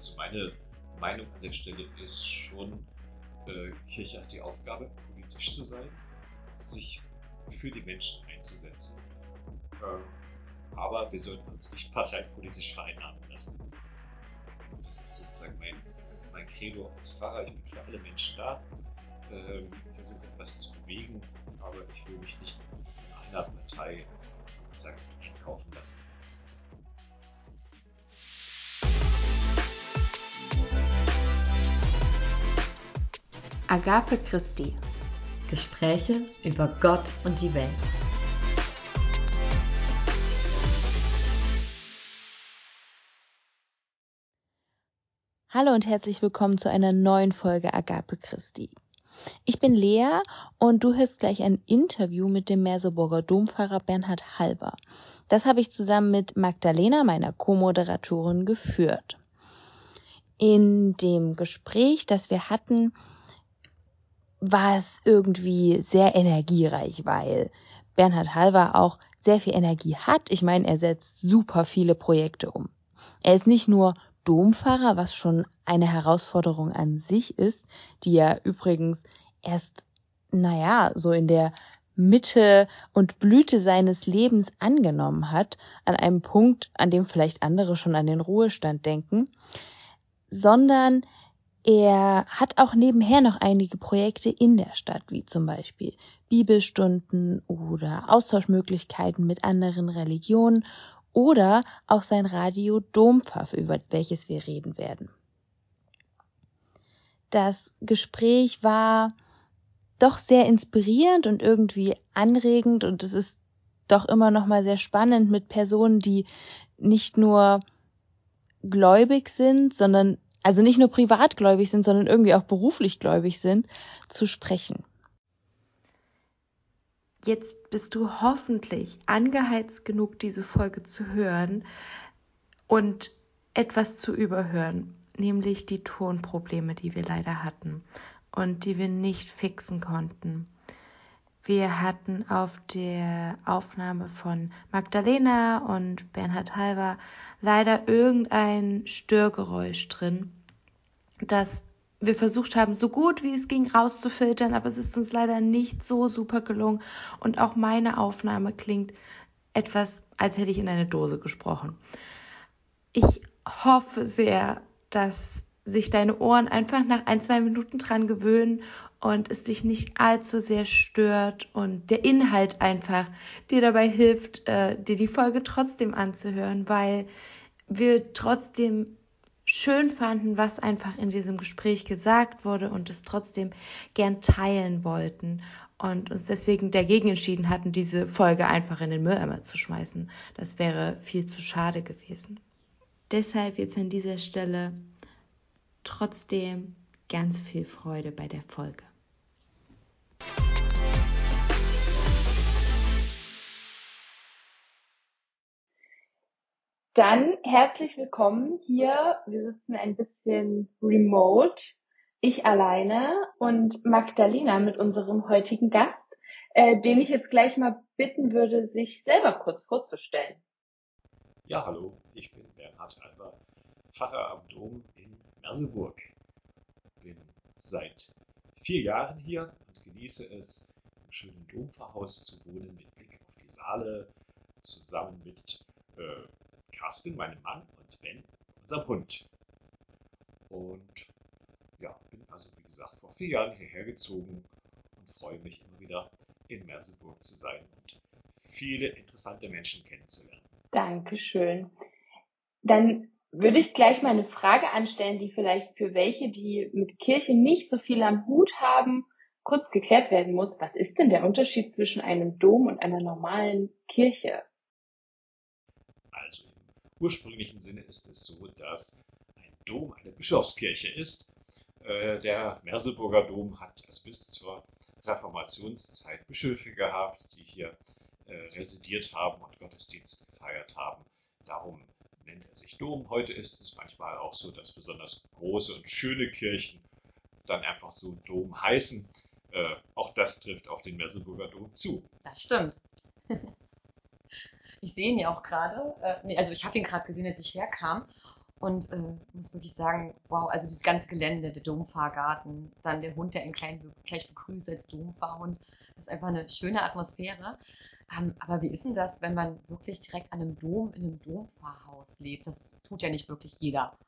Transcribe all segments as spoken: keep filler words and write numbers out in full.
Also meine Meinung an der Stelle ist schon, äh, Kirche hat die Aufgabe, politisch zu sein, sich für die Menschen einzusetzen. Ähm, aber wir sollten uns nicht parteipolitisch vereinnahmen lassen. Also das ist sozusagen mein, mein Credo als Pfarrer. Ich bin für alle Menschen da, ähm, versuche etwas zu bewegen, aber ich will mich nicht in einer Partei sozusagen einkaufen lassen. Agape Christi. Gespräche über Gott und die Welt. Hallo und herzlich willkommen zu einer neuen Folge Agape Christi. Ich bin Lea und du hörst gleich ein Interview mit dem Merseburger Dompfarrer Bernhard Halver. Das habe ich zusammen mit Magdalena, meiner Co-Moderatorin, geführt. In dem Gespräch, das wir hatten, war es irgendwie sehr energiereich, weil Bernhard Halver auch sehr viel Energie hat. Ich meine, er setzt super viele Projekte um. Er ist nicht nur Dompfarrer, was schon eine Herausforderung an sich ist, die er übrigens erst, naja, so in der Mitte und Blüte seines Lebens angenommen hat, an einem Punkt, an dem vielleicht andere schon an den Ruhestand denken, sondern er hat auch nebenher noch einige Projekte in der Stadt, wie zum Beispiel Bibelstunden oder Austauschmöglichkeiten mit anderen Religionen oder auch sein Radio Dompfaff, über welches wir reden werden. Das Gespräch war doch sehr inspirierend und irgendwie anregend und es ist doch immer noch mal sehr spannend, mit Personen, die nicht nur gläubig sind, sondern also nicht nur privatgläubig sind, sondern irgendwie auch beruflich gläubig sind, zu sprechen. Jetzt bist du hoffentlich angeheizt genug, diese Folge zu hören und etwas zu überhören, nämlich die Tonprobleme, die wir leider hatten und die wir nicht fixen konnten. Wir hatten auf der Aufnahme von Magdalena und Bernhard Halver leider irgendein Störgeräusch drin, das wir versucht haben, so gut wie es ging rauszufiltern, aber es ist uns leider nicht so super gelungen und auch meine Aufnahme klingt etwas, als hätte ich in eine Dose gesprochen. Ich hoffe sehr, dass sich deine Ohren einfach nach ein, zwei Minuten dran gewöhnen und es dich nicht allzu sehr stört und der Inhalt einfach dir dabei hilft, äh, dir die Folge trotzdem anzuhören, weil wir trotzdem schön fanden, was einfach in diesem Gespräch gesagt wurde und es trotzdem gern teilen wollten und uns deswegen dagegen entschieden hatten, diese Folge einfach in den Mülleimer zu schmeißen. Das wäre viel zu schade gewesen. Deshalb jetzt an dieser Stelle trotzdem ganz viel Freude bei der Folge. Dann herzlich willkommen hier. Wir sitzen ein bisschen remote, ich alleine und Magdalena mit unserem heutigen Gast, äh, den ich jetzt gleich mal bitten würde, sich selber kurz vorzustellen. Ja, hallo, ich bin Bernhard Halver, Pfarrer am Dom in Merseburg. Bin seit vier Jahren hier und genieße es, im schönen Dompfarrhaus zu wohnen, mit Blick auf die Saale, zusammen mit äh, Carsten, meinem Mann, und Ben, unserem Hund. Und ja, bin also wie gesagt vor vier Jahren hierher gezogen und freue mich immer wieder in Merseburg zu sein und viele interessante Menschen kennenzulernen. Dankeschön. Dann würde ich gleich mal eine Frage anstellen, die vielleicht für welche, die mit Kirche nicht so viel am Hut haben, kurz geklärt werden muss. Was ist denn der Unterschied zwischen einem Dom und einer normalen Kirche? Also im ursprünglichen Sinne ist es so, dass ein Dom eine Bischofskirche ist. Äh, der Merseburger Dom hat also bis zur Reformationszeit Bischöfe gehabt, die hier äh, residiert haben und Gottesdienste gefeiert haben. Darum nennt er sich Dom. Heute ist es manchmal auch so, dass besonders große und schöne Kirchen dann einfach so Dom heißen. Äh, auch das trifft auf den Merseburger Dom zu. Das stimmt. Ich sehe ihn ja auch gerade. Äh, nee, also ich habe ihn gerade gesehen, als ich herkam. Und äh, muss wirklich sagen, wow, also dieses ganze Gelände, der Domfahrgarten, dann der Hund, der einen kleinen be- gleich begrüßt als Domfahrhund, das ist einfach eine schöne Atmosphäre. Ähm, aber wie ist denn das, wenn man wirklich direkt an einem Dom, in einem Dompfarrhaus lebt? Das tut ja nicht wirklich jeder.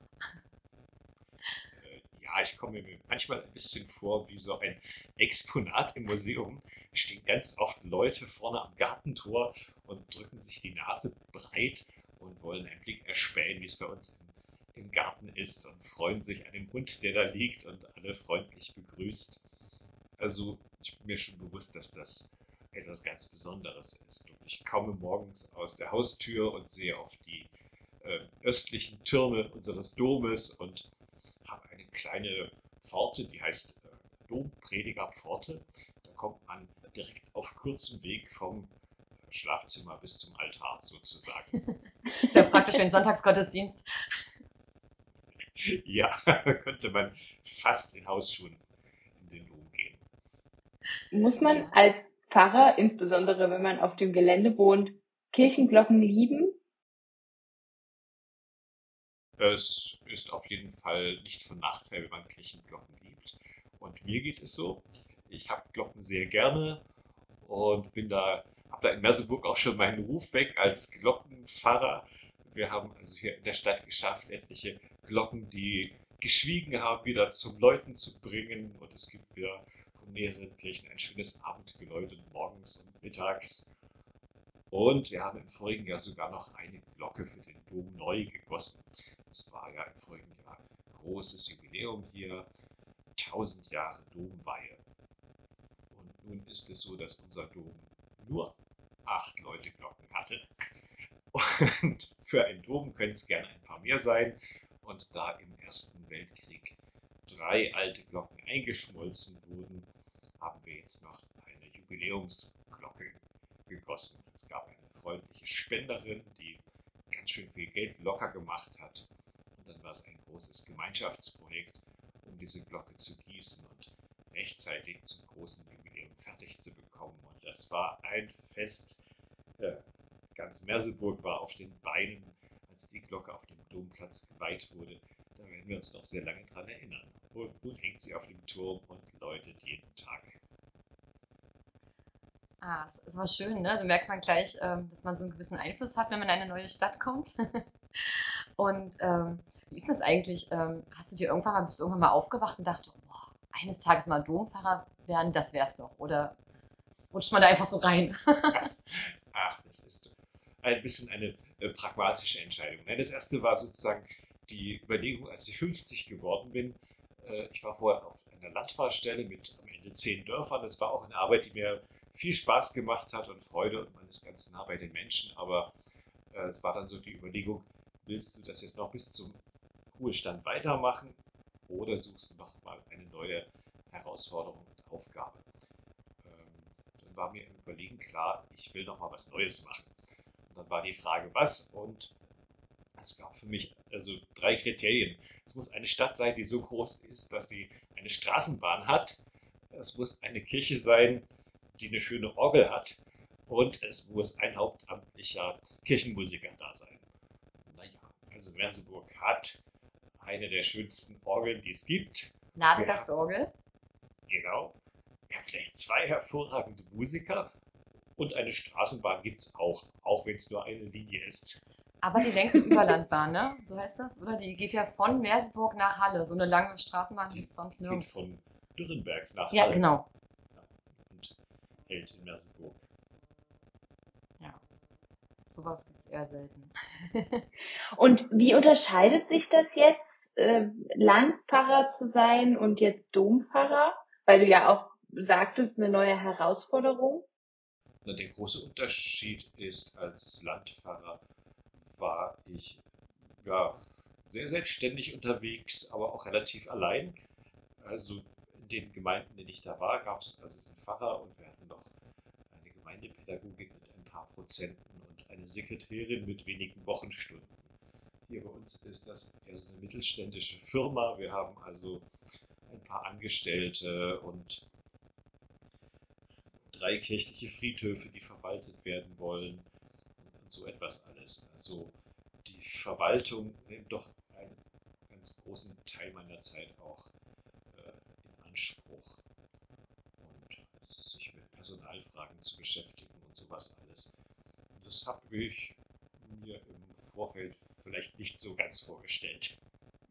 Äh, ja, ich komme mir manchmal ein bisschen vor wie so ein Exponat im Museum. Es stehen ganz oft Leute vorne am Gartentor und drücken sich die Nase breit und wollen einen Blick erspähen, wie es bei uns im, im Garten ist und freuen sich an dem Hund, der da liegt und alle freundlich begrüßt. Also ich bin mir schon bewusst, dass das etwas ganz Besonderes ist. Und ich komme morgens aus der Haustür und sehe auf die äh, östlichen Türme unseres Domes und habe eine kleine Pforte, die heißt äh, Dompredigerpforte. Da kommt man direkt auf kurzem Weg vom Schlafzimmer bis zum Altar sozusagen. Ist ja praktisch für den Sonntagsgottesdienst. Ja, könnte man fast in Hausschuhen in den Dom gehen. Muss man Ja. als Pfarrer, insbesondere wenn man auf dem Gelände wohnt, Kirchenglocken lieben? Es ist auf jeden Fall nicht von Nachteil, wenn man Kirchenglocken liebt. Und mir geht es so, ich habe Glocken sehr gerne und bin da, habe da in Merseburg auch schon meinen Ruf weg als Glockenpfarrer. Wir haben also hier in der Stadt geschafft, etliche Glocken, die geschwiegen haben, wieder zum Läuten zu bringen. Und es gibt wieder von mehreren Kirchen ein schönes Abendgeläute morgens und mittags. Und wir haben im vorigen Jahr sogar noch eine Glocke für den Dom neu gegossen. Es war ja im vorigen Jahr großes Jubiläum hier, tausend Jahre Domweihe. Und nun ist es so, dass unser Dom nur acht Läuteglocken hatte. Und für einen Dom können es gerne ein paar mehr sein. Und da im Ersten Weltkrieg drei alte Glocken eingeschmolzen wurden, haben wir jetzt noch eine Jubiläumsglocke gegossen. Es gab eine freundliche Spenderin, die ganz schön viel Geld locker gemacht hat. Und dann war es ein großes Gemeinschaftsprojekt, um diese Glocke zu gießen und rechtzeitig zum großen Jubiläum fertig zu bekommen. Und das war ein Fest. Ja, ganz Merseburg war auf den Beinen, als die Glocke auf dem Domplatz geweiht wurde. Da werden wir uns noch sehr lange dran erinnern. Und nun hängt sie auf dem Turm und läutet jeden Tag. Ah, es, es war schön, ne? Da merkt man gleich, ähm, dass man so einen gewissen Einfluss hat, wenn man in eine neue Stadt kommt. Und ähm, wie ist das eigentlich? Ähm, hast du dir irgendwann mal, bist du irgendwann mal aufgewacht und dachte, boah, eines Tages mal Domfahrer werden, das wär's doch? Oder rutscht man da einfach so rein? Ach, das ist ein bisschen eine äh, pragmatische Entscheidung. Ne? Das erste war sozusagen die Überlegung, als ich fünfzig geworden bin. Äh, ich war vorher auf einer Landfahrstelle mit am Ende zehn Dörfern. Das war auch eine Arbeit, die mir viel Spaß gemacht hat und Freude und man ist ganz nah bei den Menschen. Aber äh, es war dann so die Überlegung, willst du das jetzt noch bis zum Ruhestand weitermachen oder suchst du noch mal eine neue Herausforderung und Aufgabe? Ähm, dann war mir im Überlegen klar, ich will noch mal was Neues machen. Und dann war die Frage, was? Und es gab für mich also drei Kriterien. Es muss eine Stadt sein, die so groß ist, dass sie eine Straßenbahn hat. Es muss eine Kirche sein, die eine schöne Orgel hat. Und es muss ein hauptamtlicher Kirchenmusiker da sein. Naja, also Merseburg hat eine der schönsten Orgeln, die es gibt. Ladegastorgel? Genau. Wir haben gleich zwei hervorragende Musiker und eine Straßenbahn gibt es auch, auch wenn es nur eine Linie ist. Aber die längste Überlandbahn, ne? So heißt das? Oder die geht ja von Merseburg nach Halle. So eine lange Straßenbahn gibt es sonst Geht nirgends. von Dürrenberg nach Ja, Halle genau. und hält in Merseburg. Ja, sowas gibt es eher selten. Und wie unterscheidet sich das jetzt, äh, Landpfarrer zu sein und jetzt Dompfarrer? Weil du ja auch sagtest, eine neue Herausforderung. Na, der große Unterschied ist, als Landpfarrer war ich ja, sehr selbstständig unterwegs, aber auch relativ allein. Also in den Gemeinden, in denen ich da war, gab es also den Pfarrer und wir hatten noch eine Gemeindepädagogin mit ein paar Prozenten und eine Sekretärin mit wenigen Wochenstunden. Hier bei uns ist das eher so eine mittelständische Firma. Wir haben also ein paar Angestellte und drei kirchliche Friedhöfe, die verwaltet werden wollen und so etwas alles. Also die Verwaltung nimmt doch ganz großen Teil meiner Zeit auch äh, in Anspruch. Und sich mit Personalfragen zu beschäftigen und sowas alles. Und das habe ich mir im Vorfeld vielleicht nicht so ganz vorgestellt.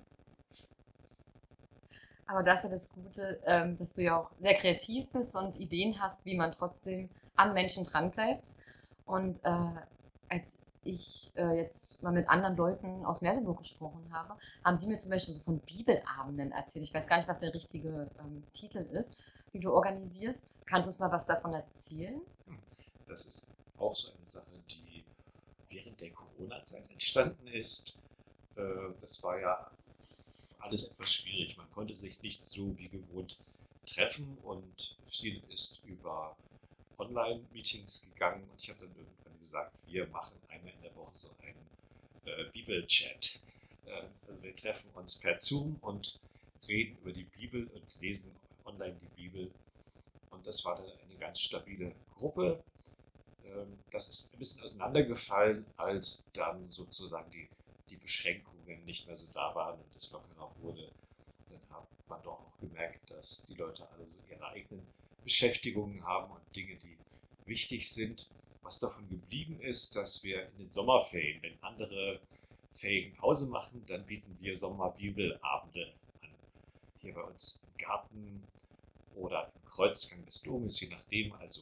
Aber das ist ja das Gute, ähm, dass du ja auch sehr kreativ bist und Ideen hast, wie man trotzdem am Menschen dranbleibt. Und äh, als ich äh, jetzt mal mit anderen Leuten aus Merseburg gesprochen habe, haben die mir zum Beispiel so von Bibelabenden erzählt. Ich weiß gar nicht, was der richtige ähm, Titel ist, die du organisierst. Kannst du uns mal was davon erzählen? Das ist auch so eine Sache, die während der Corona-Zeit entstanden ist. Äh, das war ja alles etwas schwierig. Man konnte sich nicht so wie gewohnt treffen und viel ist über Online-Meetings gegangen und ich habe dann irgendwann gesagt, wir machen einmal in der Woche so einen äh, Bibel-Chat. Äh, also wir treffen uns per Zoom und reden über die Bibel und lesen online die Bibel. Und das war dann eine ganz stabile Gruppe. Ähm, das ist ein bisschen auseinandergefallen, als dann sozusagen die, die Beschränkungen nicht mehr so da waren und es lockerer wurde. Dann hat man doch auch gemerkt, dass die Leute alle so ihre eigenen Beschäftigungen haben und Dinge, die wichtig sind. Was davon geblieben ist, dass wir in den Sommerferien, wenn andere Ferien Pause machen, dann bieten wir Sommerbibelabende an. Hier bei uns im Garten oder im Kreuzgang des Domes, je nachdem, also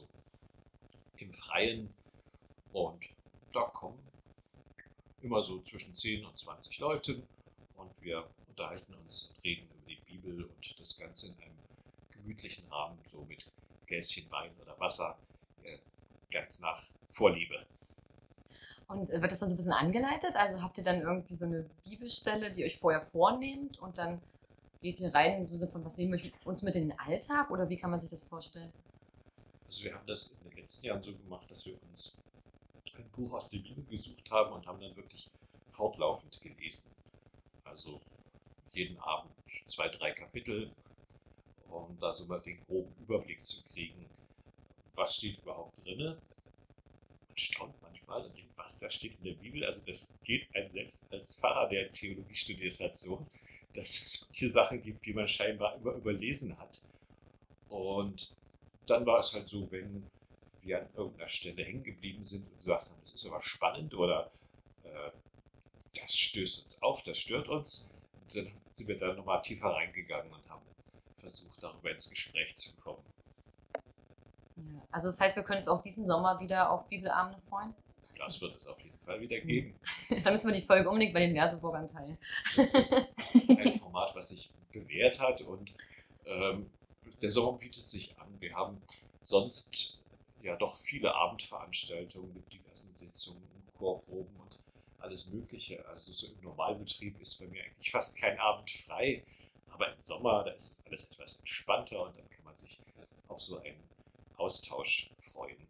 im Freien. Und da kommen immer so zwischen zehn und zwanzig Leute und wir unterhalten uns und reden über die Bibel und das Ganze in einem gemütlichen Rahmen, so mit Gläschen Wein oder Wasser, äh, ganz nach Vorliebe. Und wird das dann so ein bisschen angeleitet? Also habt ihr dann irgendwie so eine Bibelstelle, die euch vorher vornehmt und dann geht ihr rein im Sinne von, was nehmen wir uns mit in den Alltag oder wie kann man sich das vorstellen? Also wir haben das in den letzten Jahren so gemacht, dass wir uns ein Buch aus der Bibel gesucht haben und haben dann wirklich fortlaufend gelesen. Also jeden Abend zwei, drei Kapitel, um da so mal den groben Überblick zu kriegen, was steht überhaupt drin. Man staunt manchmal und denkt, was da steht in der Bibel. Also das geht einem selbst als Pfarrer, der Theologie studiert hat, so, dass es solche Sachen gibt, die man scheinbar immer überlesen hat. Und dann war es halt so, wenn wir an irgendeiner Stelle hängen geblieben sind und gesagt haben, das ist aber spannend oder äh, das stößt uns auf, das stört uns, und dann sind wir da nochmal tiefer reingegangen und haben versucht, darüber ins Gespräch zu kommen. Ja, also das heißt, wir können uns auch diesen Sommer wieder auf Bibelabende freuen? Das wird es auf jeden Fall wieder geben. Da müssen wir die Folge unbedingt bei den Merseburgern teilen. Das ist ein Format, was sich bewährt hat und ähm, der Sommer bietet sich an. Wir haben sonst ja doch viele Abendveranstaltungen mit diversen Sitzungen, Chorproben und alles Mögliche. Also so im Normalbetrieb ist bei mir eigentlich fast kein Abend frei. Aber im Sommer, da ist es alles etwas entspannter und dann kann man sich auf so einen Austausch freuen.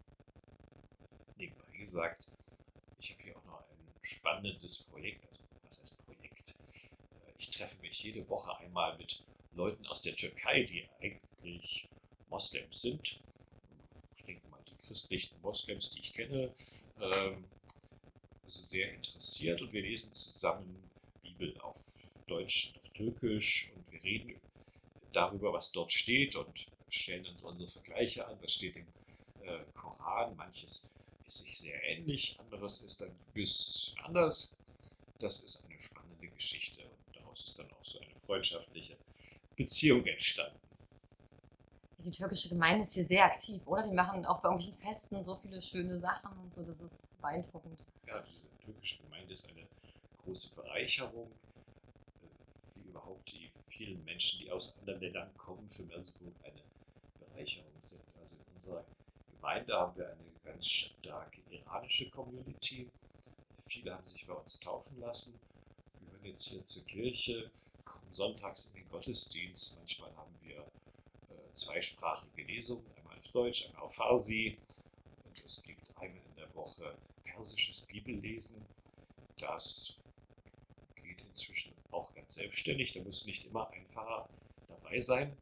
Nebenbei gesagt, ich habe hier auch noch ein spannendes Projekt. Also was heißt Projekt? Ich treffe mich jede Woche einmal mit Leuten aus der Türkei, die eigentlich Moslems sind. Ich denke mal, die christlichen Moslems, die ich kenne, ähm, also sehr interessiert und wir lesen zusammen Bibel auf Deutsch und auf Türkisch und wir reden darüber, was dort steht und stellen dann so unsere Vergleiche an, was steht im äh, Koran. Manches ist sich sehr ähnlich, anderes ist ein bisschen anders. Das ist eine spannende Geschichte und daraus ist dann auch so eine freundschaftliche Beziehung entstanden. Die türkische Gemeinde ist hier sehr aktiv, oder? Die machen auch bei irgendwelchen Festen so viele schöne Sachen und so, das ist beeindruckend. Ja, diese türkische Gemeinde ist eine große Bereicherung, wie überhaupt die vielen Menschen, die aus anderen Ländern kommen, für Merseburg eine Bereicherung sind. Also in unserer Gemeinde haben wir eine ganz starke iranische Community. Viele haben sich bei uns taufen lassen, gehören jetzt hier zur Kirche, kommen sonntags in den Gottesdienst. Manchmal haben wir äh, zweisprachige Lesungen, einmal auf Deutsch, einmal auf Farsi. Und es gibt einmal in der Woche persisches Bibellesen. Das geht inzwischen auch ganz selbstständig. Da muss nicht immer ein Pfarrer dabei sein,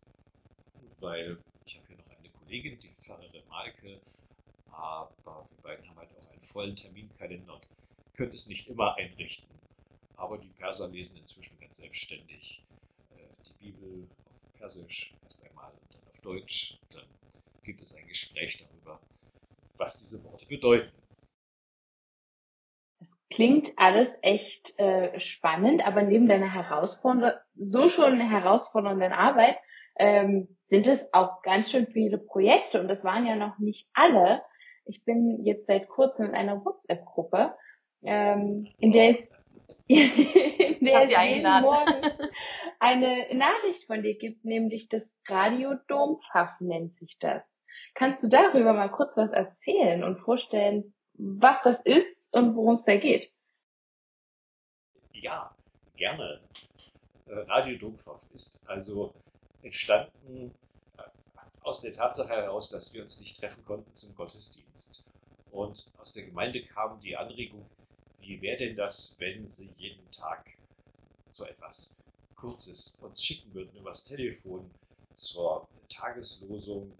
weil ich habe hier noch eine Kollegin, die Pfarrerin Malke, aber wir beiden haben halt auch einen vollen Terminkalender und können es nicht immer einrichten. aber die Perser lesen inzwischen ganz selbstständig äh, die Bibel auf Persisch erst einmal und dann auf Deutsch. Dann gibt es ein Gespräch darüber, was diese Worte bedeuten. Klingt alles echt äh, spannend, aber neben deiner herausfordernden, so schon herausfordernden Arbeit ähm, sind es auch ganz schön viele Projekte und das waren ja noch nicht alle. Ich bin jetzt seit kurzem in einer WhatsApp-Gruppe, ähm, in der es, in Ich habe der sie es jeden eingeladen. Morgen eine Nachricht von dir gibt, nämlich das Radio Dompfaff nennt sich das. Kannst du darüber mal kurz was erzählen und vorstellen, was das ist und worum es da geht? Ja, gerne. Äh, Radio Dompfaff ist also entstanden äh, aus der Tatsache heraus, dass wir uns nicht treffen konnten zum Gottesdienst. Und aus der Gemeinde kam die Anregung, wie wäre denn das, wenn sie jeden Tag so etwas Kurzes uns schicken würden übers Telefon zur Tageslosung.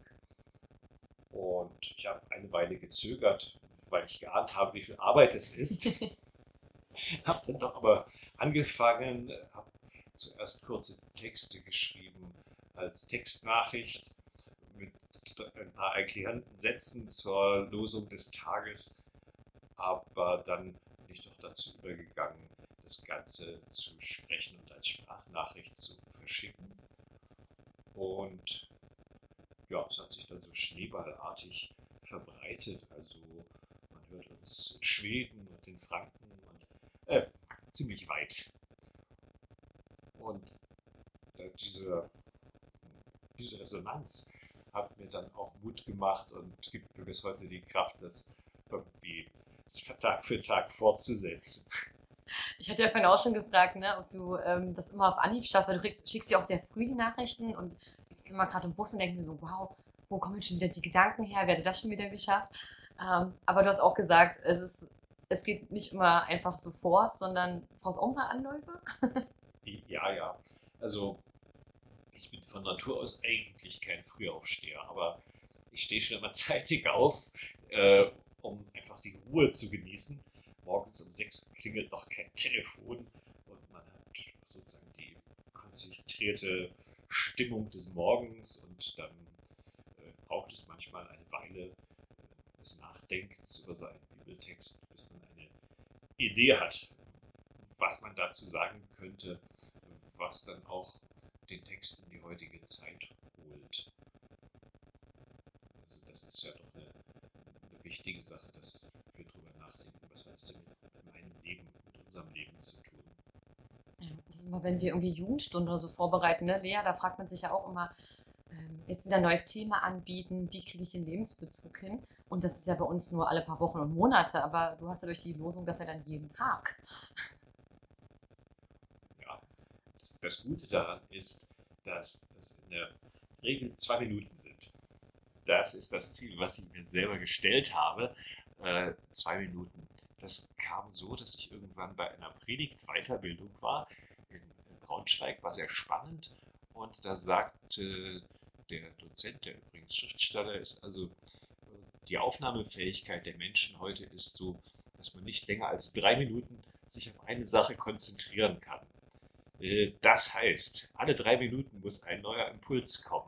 Und ich habe eine Weile gezögert, weil ich geahnt habe, wie viel Arbeit es ist. Habe dann doch aber angefangen, habe zuerst kurze Texte geschrieben als Textnachricht mit ein paar erklärenden Sätzen zur Losung des Tages, aber dann bin ich doch dazu übergegangen, das Ganze zu sprechen und als Sprachnachricht zu verschicken. Und ja, es hat sich dann so schneeballartig verbreitet. Also man hört uns in Schweden und in Franken und äh, ziemlich weit. Und äh, diese, diese Resonanz hat mir dann auch Mut gemacht und gibt mir bis heute die Kraft, das irgendwie Tag für Tag fortzusetzen. Ich hatte ja vorhin auch schon gefragt, ne, ob du ähm, das immer auf Anhieb schaffst, weil du kriegst, schickst ja auch sehr früh die Nachrichten und ich sitze immer gerade im Bus und denke mir so, wow, wo kommen jetzt schon wieder die Gedanken her? Wer hätte das schon wieder geschafft? Ähm, aber du hast auch gesagt, es ist, es geht nicht immer einfach so fort, sondern brauchst auch mal Anläufe. Ja, ja. Also ich bin von Natur aus eigentlich kein Frühaufsteher, aber ich stehe schon immer zeitig auf, äh, um einfach die Ruhe zu genießen. Morgens um sechs klingelt noch kein Telefon und man hat sozusagen die konzentrierte Stimmung des Morgens und dann äh, braucht es manchmal eine Weile äh, des Nachdenkens über so einen Bibeltext, bis man eine Idee hat, was man dazu sagen könnte, was dann auch den Text in die heutige Zeit holt. Also das ist ja doch eine, eine wichtige Sache, dass wir drüber nachdenken, was hat es denn mit meinem Leben, mit unserem Leben zu tun. Ja, das ist immer, wenn wir irgendwie Jugendstunden oder so vorbereiten, ne, Lea, da fragt man sich ja auch immer, ähm, jetzt wieder ein neues Thema anbieten, wie kriege ich den Lebensbezug hin? Und das ist ja bei uns nur alle paar Wochen und Monate, aber du hast ja durch die Losung das ja dann jeden Tag. Ja, das, das Gute daran ist, dass es in der Regel zwei Minuten sind. Das ist das Ziel, was ich mir selber gestellt habe. Äh, zwei Minuten. Das kam so, dass ich irgendwann bei einer Predigt-Weiterbildung war in, in Braunschweig, war sehr spannend. Und da sagte der Dozent, der übrigens Schriftsteller ist, also die Aufnahmefähigkeit der Menschen heute ist so, dass man nicht länger als drei Minuten sich auf eine Sache konzentrieren kann. Das heißt, alle drei Minuten muss ein neuer Impuls kommen.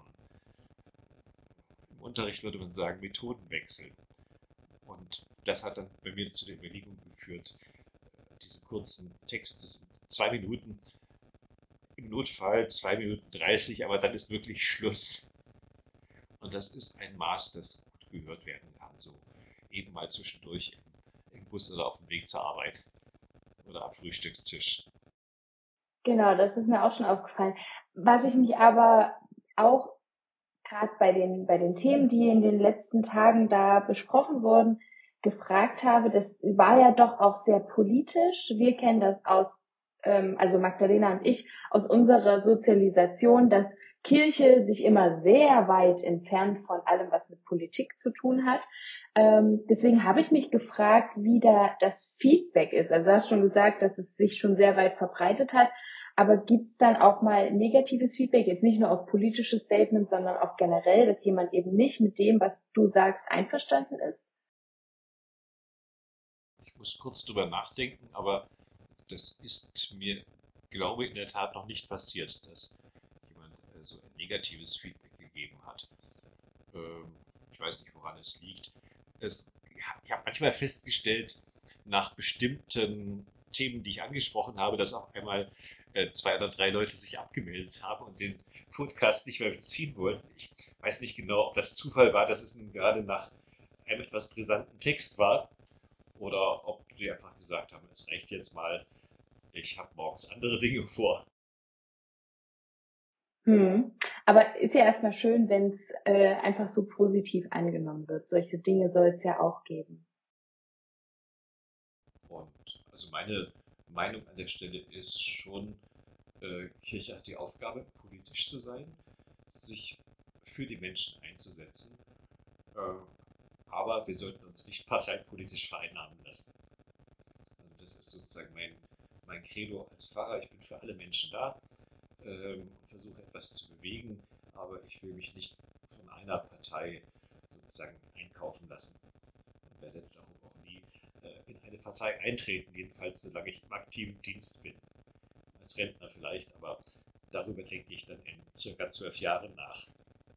Im Unterricht würde man sagen, Methodenwechsel. Und das hat dann bei mir zu der Überlegung geführt, diese kurzen Texte sind zwei Minuten, im Notfall zwei Minuten dreißig, aber dann ist wirklich Schluss. Und das ist ein Maß, das gut gehört werden kann, so eben mal zwischendurch im, im Bus oder auf dem Weg zur Arbeit oder am Frühstückstisch. Genau, das ist mir auch schon aufgefallen. Was ich mich aber auch gerade bei den, bei den Themen, die in den letzten Tagen da besprochen wurden, gefragt habe, das war ja doch auch sehr politisch. Wir kennen das aus, ähm, also Magdalena und ich, aus unserer Sozialisation, dass Kirche sich immer sehr weit entfernt von allem, was mit Politik zu tun hat. Ähm, deswegen habe ich mich gefragt, wie da das Feedback ist. Also du hast schon gesagt, dass es sich schon sehr weit verbreitet hat. Aber gibt es dann auch mal negatives Feedback, jetzt nicht nur auf politische Statements, sondern auch generell, dass jemand eben nicht mit dem, was du sagst, einverstanden ist? Ich muss kurz drüber nachdenken, aber das ist mir, glaube ich, in der Tat noch nicht passiert, dass jemand äh, so ein negatives Feedback gegeben hat. Ähm, ich weiß nicht, woran es liegt. Es, ich habe manchmal festgestellt, nach bestimmten Themen, die ich angesprochen habe, dass auf einmal äh, zwei oder drei Leute sich abgemeldet haben und den Podcast nicht mehr beziehen wollten. Ich weiß nicht genau, ob das Zufall war, dass es nun gerade nach einem etwas brisanten Text war oder ob die einfach gesagt haben, es reicht jetzt mal, ich habe morgens andere Dinge vor. Hm. Aber ist ja erstmal schön, wenn es äh, einfach so positiv angenommen wird. Solche Dinge soll es ja auch geben. Und also meine Meinung an der Stelle ist schon, äh, Kirche hat die Aufgabe, politisch zu sein, sich für die Menschen einzusetzen. Äh, aber wir sollten uns nicht parteipolitisch vereinnahmen lassen. Also das ist sozusagen mein, mein Credo als Pfarrer. Ich bin für alle Menschen da ähm, und versuche etwas zu bewegen, aber ich will mich nicht von einer Partei sozusagen einkaufen lassen und werde darum auch nie äh, in eine Partei eintreten, jedenfalls solange ich im aktiven Dienst bin. Als Rentner vielleicht, aber darüber denke ich dann in circa zwölf Jahren nach.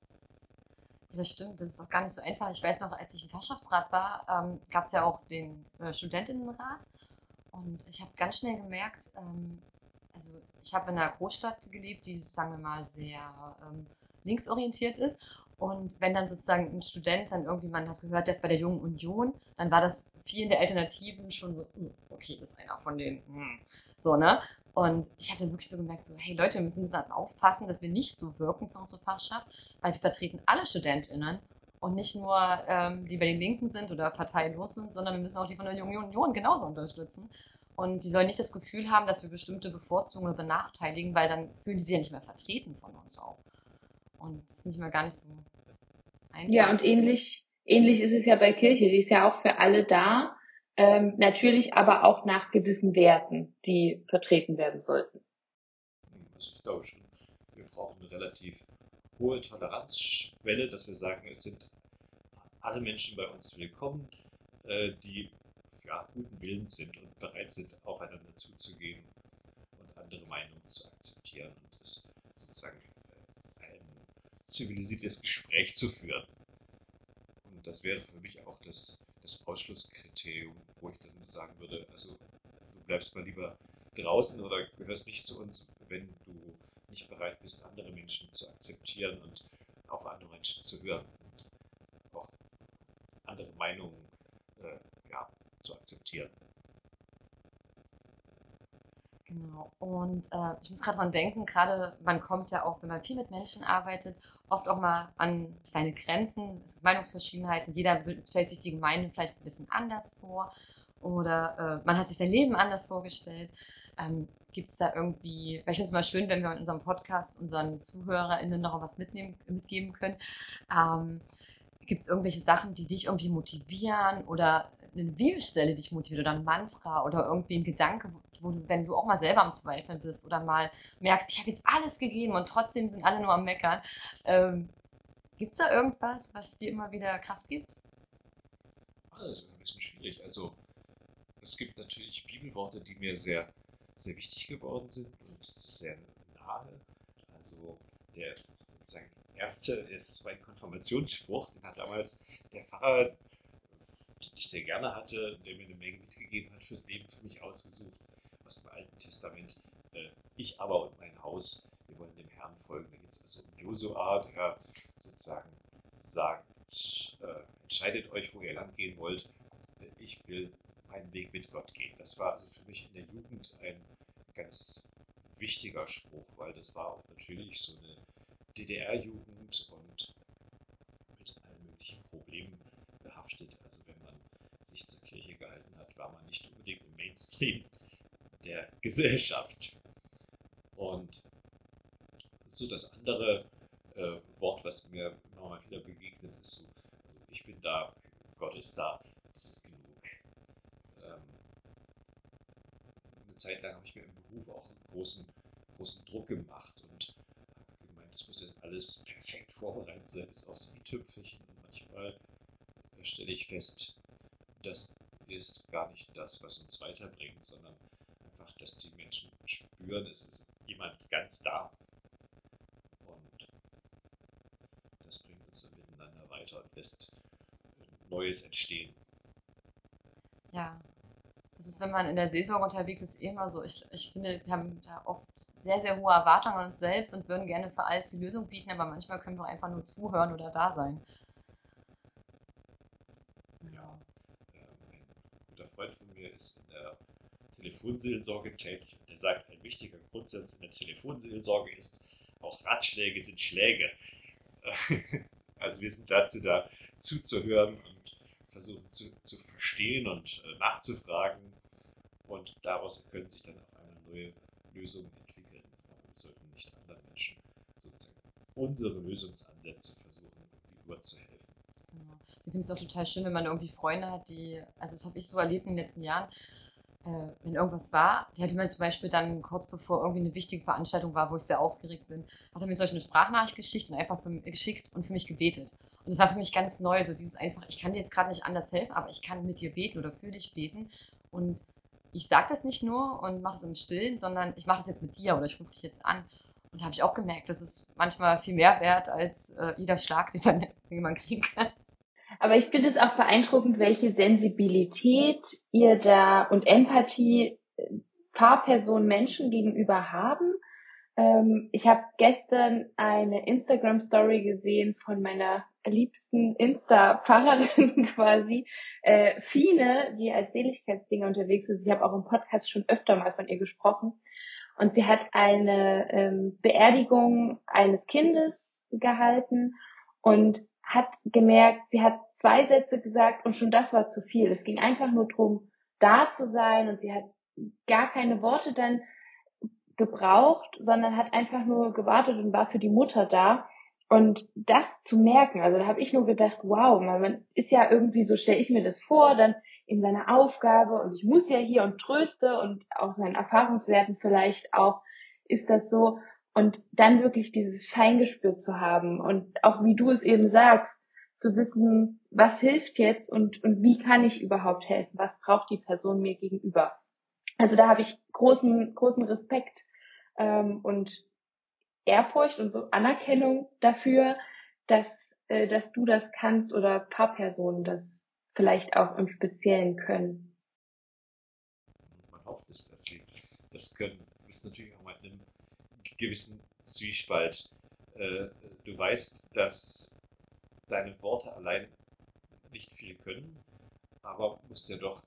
Ja, das stimmt, das ist auch gar nicht so einfach. Ich weiß noch, als ich im Fachschaftsrat war, ähm, gab es ja auch den äh, Studentinnenrat. Und ich habe ganz schnell gemerkt, ähm, also ich habe in einer Großstadt gelebt, die, sagen wir mal, sehr ähm, linksorientiert ist. Und wenn dann sozusagen ein Student dann irgendwie, man hat gehört, der ist bei der Jungen Union, dann war das vielen der Alternativen schon so, "Hm, okay, das ist einer von denen, hm." so, ne? Und ich habe dann wirklich so gemerkt, so, hey Leute, wir müssen dann aufpassen, dass wir nicht so wirken für unsere Fachschaft, weil wir vertreten alle StudentInnen und nicht nur ähm, die bei den Linken sind oder parteilos sind, sondern wir müssen auch die von der Jungen Union genauso unterstützen. Und die sollen nicht das Gefühl haben, dass wir bestimmte bevorzugen oder benachteiligen, weil dann fühlen die sich ja nicht mehr vertreten von uns auch. Und das finde ich mir gar nicht so einfach. Ja, und ähnlich, ähnlich ist es ja bei Kirche. Die ist ja auch für alle da. Ähm, natürlich aber auch nach gewissen Werten, die vertreten werden sollten. Also ich glaube schon, wir brauchen eine relativ hohe Toleranzschwelle, dass wir sagen, es sind alle Menschen bei uns willkommen, äh, die ja, guten Willens sind und bereit sind, aufeinander zuzugehen und andere Meinungen zu akzeptieren und es sozusagen äh, ein zivilisiertes Gespräch zu führen. Und das wäre für mich auch das, das Ausschlusskriterium, wo ich dann sagen würde, also du bleibst mal lieber draußen oder gehörst nicht zu uns, wenn du nicht bereit bist, andere Menschen zu akzeptieren und auf andere Menschen zu hören und auch andere Meinungen äh, ja, zu akzeptieren. Genau. Und äh, ich muss gerade dran denken, gerade man kommt ja auch, wenn man viel mit Menschen arbeitet, oft auch mal an seine Grenzen. Es gibt Meinungsverschiedenheiten. Jeder stellt sich die Gemeinde vielleicht ein bisschen anders vor oder äh, man hat sich sein Leben anders vorgestellt. Ähm, Gibt es da irgendwie, weil ich finde es mal schön, wenn wir in unserem Podcast unseren ZuhörerInnen noch was mitnehmen, mitgeben können. Ähm, Gibt es irgendwelche Sachen, die dich irgendwie motivieren oder eine Bibelstelle dich motiviert oder ein Mantra oder irgendwie ein Gedanke, wo du, wenn du auch mal selber am Zweifeln bist oder mal merkst, ich habe jetzt alles gegeben und trotzdem sind alle nur am Meckern. Ähm, Gibt es da irgendwas, was dir immer wieder Kraft gibt? Das ist ein bisschen schwierig. Also es gibt natürlich Bibelworte, die mir sehr, sehr wichtig geworden sind und sehr nahe. Also der sozusagen erste ist mein Konfirmationsspruch, den hat damals der Pfarrer, den ich sehr gerne hatte, der mir eine Menge mitgegeben hat fürs Leben, für mich ausgesucht aus dem Alten Testament. Äh, ich aber und mein Haus, wir wollen dem Herrn folgen. Da geht es also um Josua, der sozusagen sagt, äh, entscheidet euch, wo ihr lang gehen wollt. Ich will meinen Weg mit Gott gehen. Das war also für mich in der Jugend ein ganz wichtiger Spruch, weil das war auch natürlich so eine D D R-Jugend und mit allen möglichen Problemen behaftet. Also wenn man sich zur Kirche gehalten hat, war man nicht unbedingt im Mainstream der Gesellschaft. Und so das andere äh, Wort, was mir immer mal wieder begegnet ist, so, also ich bin da, Gott ist da, das ist genug. Ähm, eine Zeit lang habe ich mir im Beruf auch einen großen, großen Druck gemacht und habe gemeint, das muss jetzt alles perfekt vorbereitet sein, bis aufs i-Tüpfelchen. Und manchmal äh, stelle ich fest, das ist gar nicht das, was uns weiterbringt, sondern einfach einfach, dass die Menschen spüren, es ist jemand ganz da. Und das bringt uns dann miteinander weiter und lässt Neues entstehen. Ja, das ist, wenn man in der Seelsorge unterwegs ist, eh immer so. Ich, ich finde, wir haben da oft sehr, sehr hohe Erwartungen an uns selbst und würden gerne für alles die Lösung bieten, aber manchmal können wir einfach nur zuhören oder da sein. Ja, ähm, ein guter Freund von mir ist in der Telefonseelsorge tätig und der sagt, ein wichtiger Grundsatz in der Telefonseelsorge ist, auch Ratschläge sind Schläge. Also wir sind dazu da, zuzuhören und versuchen zu, zu verstehen und äh, nachzufragen und daraus können sich dann auf einmal neue Lösungen entwickeln. Aber wir sollten nicht anderen Menschen sozusagen unsere Lösungsansätze versuchen, irgendwie überzuhelfen. Genau. Ich finde es auch total schön, wenn man irgendwie Freunde hat, die, also das habe ich so erlebt in den letzten Jahren, äh, wenn irgendwas war, der hatte mir zum Beispiel dann kurz bevor irgendwie eine wichtige Veranstaltung war, wo ich sehr aufgeregt bin, hat er mir solch eine Sprachnachricht geschickt und einfach für, geschickt und für mich gebetet. Und das war für mich ganz neu, so dieses einfach, ich kann dir jetzt gerade nicht anders helfen, aber ich kann mit dir beten oder für dich beten. Und ich sage das nicht nur und mache es im Stillen, sondern ich mache das jetzt mit dir oder ich rufe dich jetzt an. Und da habe ich auch gemerkt, das ist manchmal viel mehr wert als äh, jeder Schlag, den man, den man kriegen kann. Aber ich finde es auch beeindruckend, welche Sensibilität ihr da und Empathie äh, Fahrpersonen Menschen gegenüber haben. Ähm, ich habe gestern eine Instagram-Story gesehen von meiner liebsten Insta-Pfarrerin quasi, äh, Fine, die als Seligkeitsdinger unterwegs ist. Ich habe auch im Podcast schon öfter mal von ihr gesprochen. Und sie hat eine ähm, Beerdigung eines Kindes gehalten und hat gemerkt, sie hat zwei Sätze gesagt und schon das war zu viel. Es ging einfach nur darum, da zu sein und sie hat gar keine Worte dann gebraucht, sondern hat einfach nur gewartet und war für die Mutter da. Und das zu merken, also da habe ich nur gedacht, wow, man ist ja irgendwie, so stelle ich mir das vor, dann in seiner Aufgabe und ich muss ja hier und tröste und aus meinen Erfahrungswerten vielleicht auch ist das so. Und dann wirklich dieses Feingespür zu haben und auch wie du es eben sagst, zu wissen, was hilft jetzt und, und wie kann ich überhaupt helfen, was braucht die Person mir gegenüber. Also da habe ich großen, großen Respekt ähm, und Ehrfurcht und so Anerkennung dafür, dass, äh, dass du das kannst oder Paarpersonen das vielleicht auch im Speziellen können. Man hofft es, dass sie das können. Du bist natürlich auch mal in einem gewissen Zwiespalt. Äh, du weißt, dass deine Worte allein nicht viel können, aber musst ja doch,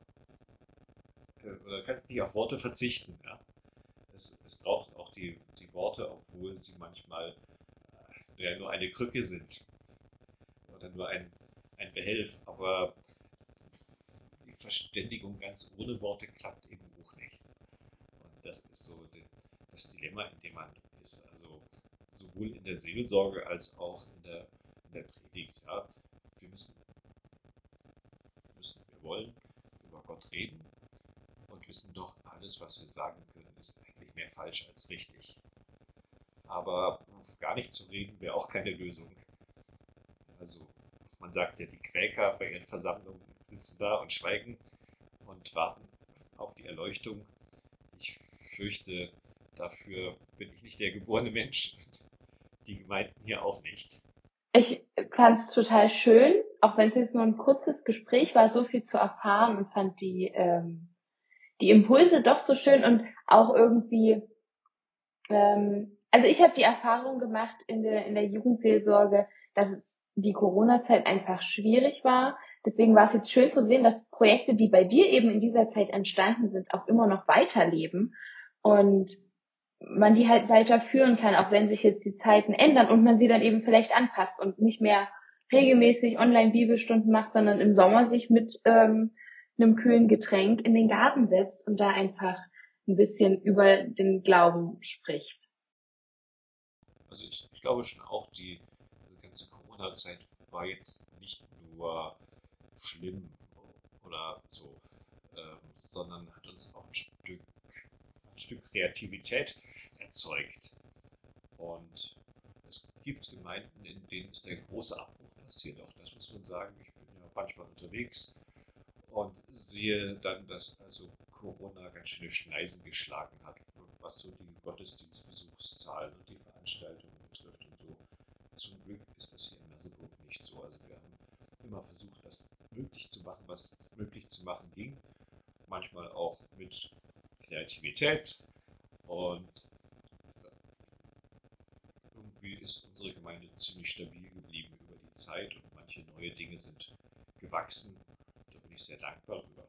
äh, oder kannst nicht auf Worte verzichten. Ja? Es, es braucht auch die, die Worte, obwohl sie manchmal äh, ja, nur eine Krücke sind oder nur ein, ein Behelf, aber die Verständigung ganz ohne Worte klappt eben auch nicht. Und das ist so die, das Dilemma, in dem man ist. Also sowohl in der Seelsorge als auch in der, in der Predigt. Ja. Wir müssen, müssen, wir wollen über Gott reden und wissen doch, alles, was wir sagen können, ist eigentlich mehr falsch als richtig. Aber gar nicht zu reden wäre auch keine Lösung. Also man sagt ja, die Quäker bei ihren Versammlungen sitzen da und schweigen und warten auf die Erleuchtung. Ich fürchte, dafür bin ich nicht der geborene Mensch und die Gemeinden hier auch nicht. Ich fand es total schön, auch wenn es jetzt nur ein kurzes Gespräch war, so viel zu erfahren und fand die, ähm, die Impulse doch so schön und auch irgendwie, ähm, also ich habe die Erfahrung gemacht in der, in der Jugendseelsorge, dass es die Corona-Zeit einfach schwierig war. Deswegen war es jetzt schön zu sehen, dass Projekte, die bei dir eben in dieser Zeit entstanden sind, auch immer noch weiterleben und man die halt weiterführen kann, auch wenn sich jetzt die Zeiten ändern und man sie dann eben vielleicht anpasst und nicht mehr regelmäßig Online-Bibelstunden macht, sondern im Sommer sich mit ähm, einem kühlen Getränk in den Garten setzt und da einfach ein bisschen über den Glauben spricht. Also ich, ich glaube schon auch, die diese ganze Corona-Zeit war jetzt nicht nur schlimm oder so, ähm, sondern hat uns auch ein Stück, ein Stück Kreativität erzeugt. Und es gibt Gemeinden, in denen ist der große Abbruch passiert. Auch das muss man sagen. Ich bin ja manchmal unterwegs und sehe dann, dass also Corona ganz schöne Schneisen geschlagen hat, was so die Gottesdienstbesuchszahlen und die Veranstaltungen betrifft und so. Zum Glück ist das hier in Merseburg nicht so. Also wir haben immer versucht, das möglich zu machen, was möglich zu machen ging. Manchmal auch mit Kreativität. Und irgendwie ist unsere Gemeinde ziemlich stabil geblieben über die Zeit und manche neue Dinge sind gewachsen. Da bin ich sehr dankbar drüber.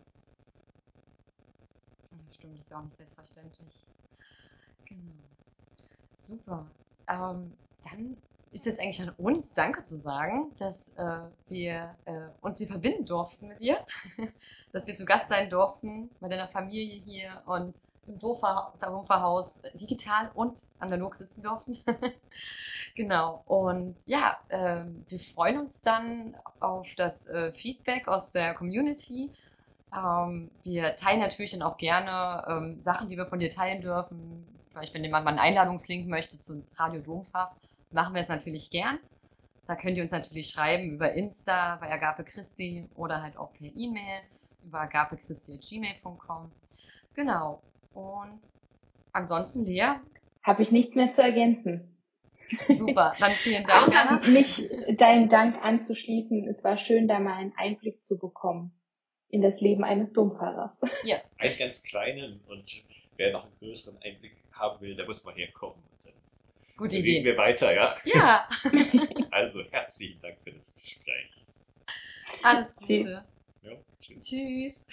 Stimmt, das ist ja auch nicht selbstverständlich. Genau. Super. Ähm, dann ist jetzt eigentlich an uns Danke zu sagen, dass äh, wir äh, uns hier verbinden durften mit dir, dass wir zu Gast sein durften bei deiner Familie hier und im Dofer-Haus digital und analog sitzen durften. Genau. Und ja, äh, wir freuen uns dann auf das äh, Feedback aus der Community. Ähm, wir teilen natürlich dann auch gerne ähm, Sachen, die wir von dir teilen dürfen. Vielleicht, wenn jemand mal einen Einladungslink möchte zu Radio Domfach, machen wir es natürlich gern. Da könnt ihr uns natürlich schreiben über Insta bei Agape Christi oder halt auch per E-Mail über agapechristi at gmail punkt com. Genau. Und ansonsten, Lea? Habe ich nichts mehr zu ergänzen. Super, dann vielen Dank. Außer mich deinen Dank anzuschließen. Es war schön, da mal einen Einblick zu bekommen in das Leben eines Domfahrers. Ja. Einen ganz kleinen, und wer noch einen größeren Einblick haben will, der muss mal herkommen. Und dann Gute reden Idee. wir weiter, ja? Ja. Also herzlichen Dank für das Gespräch. Alles Gute. Ja, tschüss. Tschüss.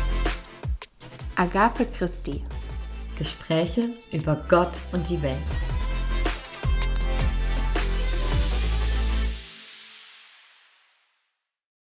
Agape Christi. Gespräche über Gott und die Welt.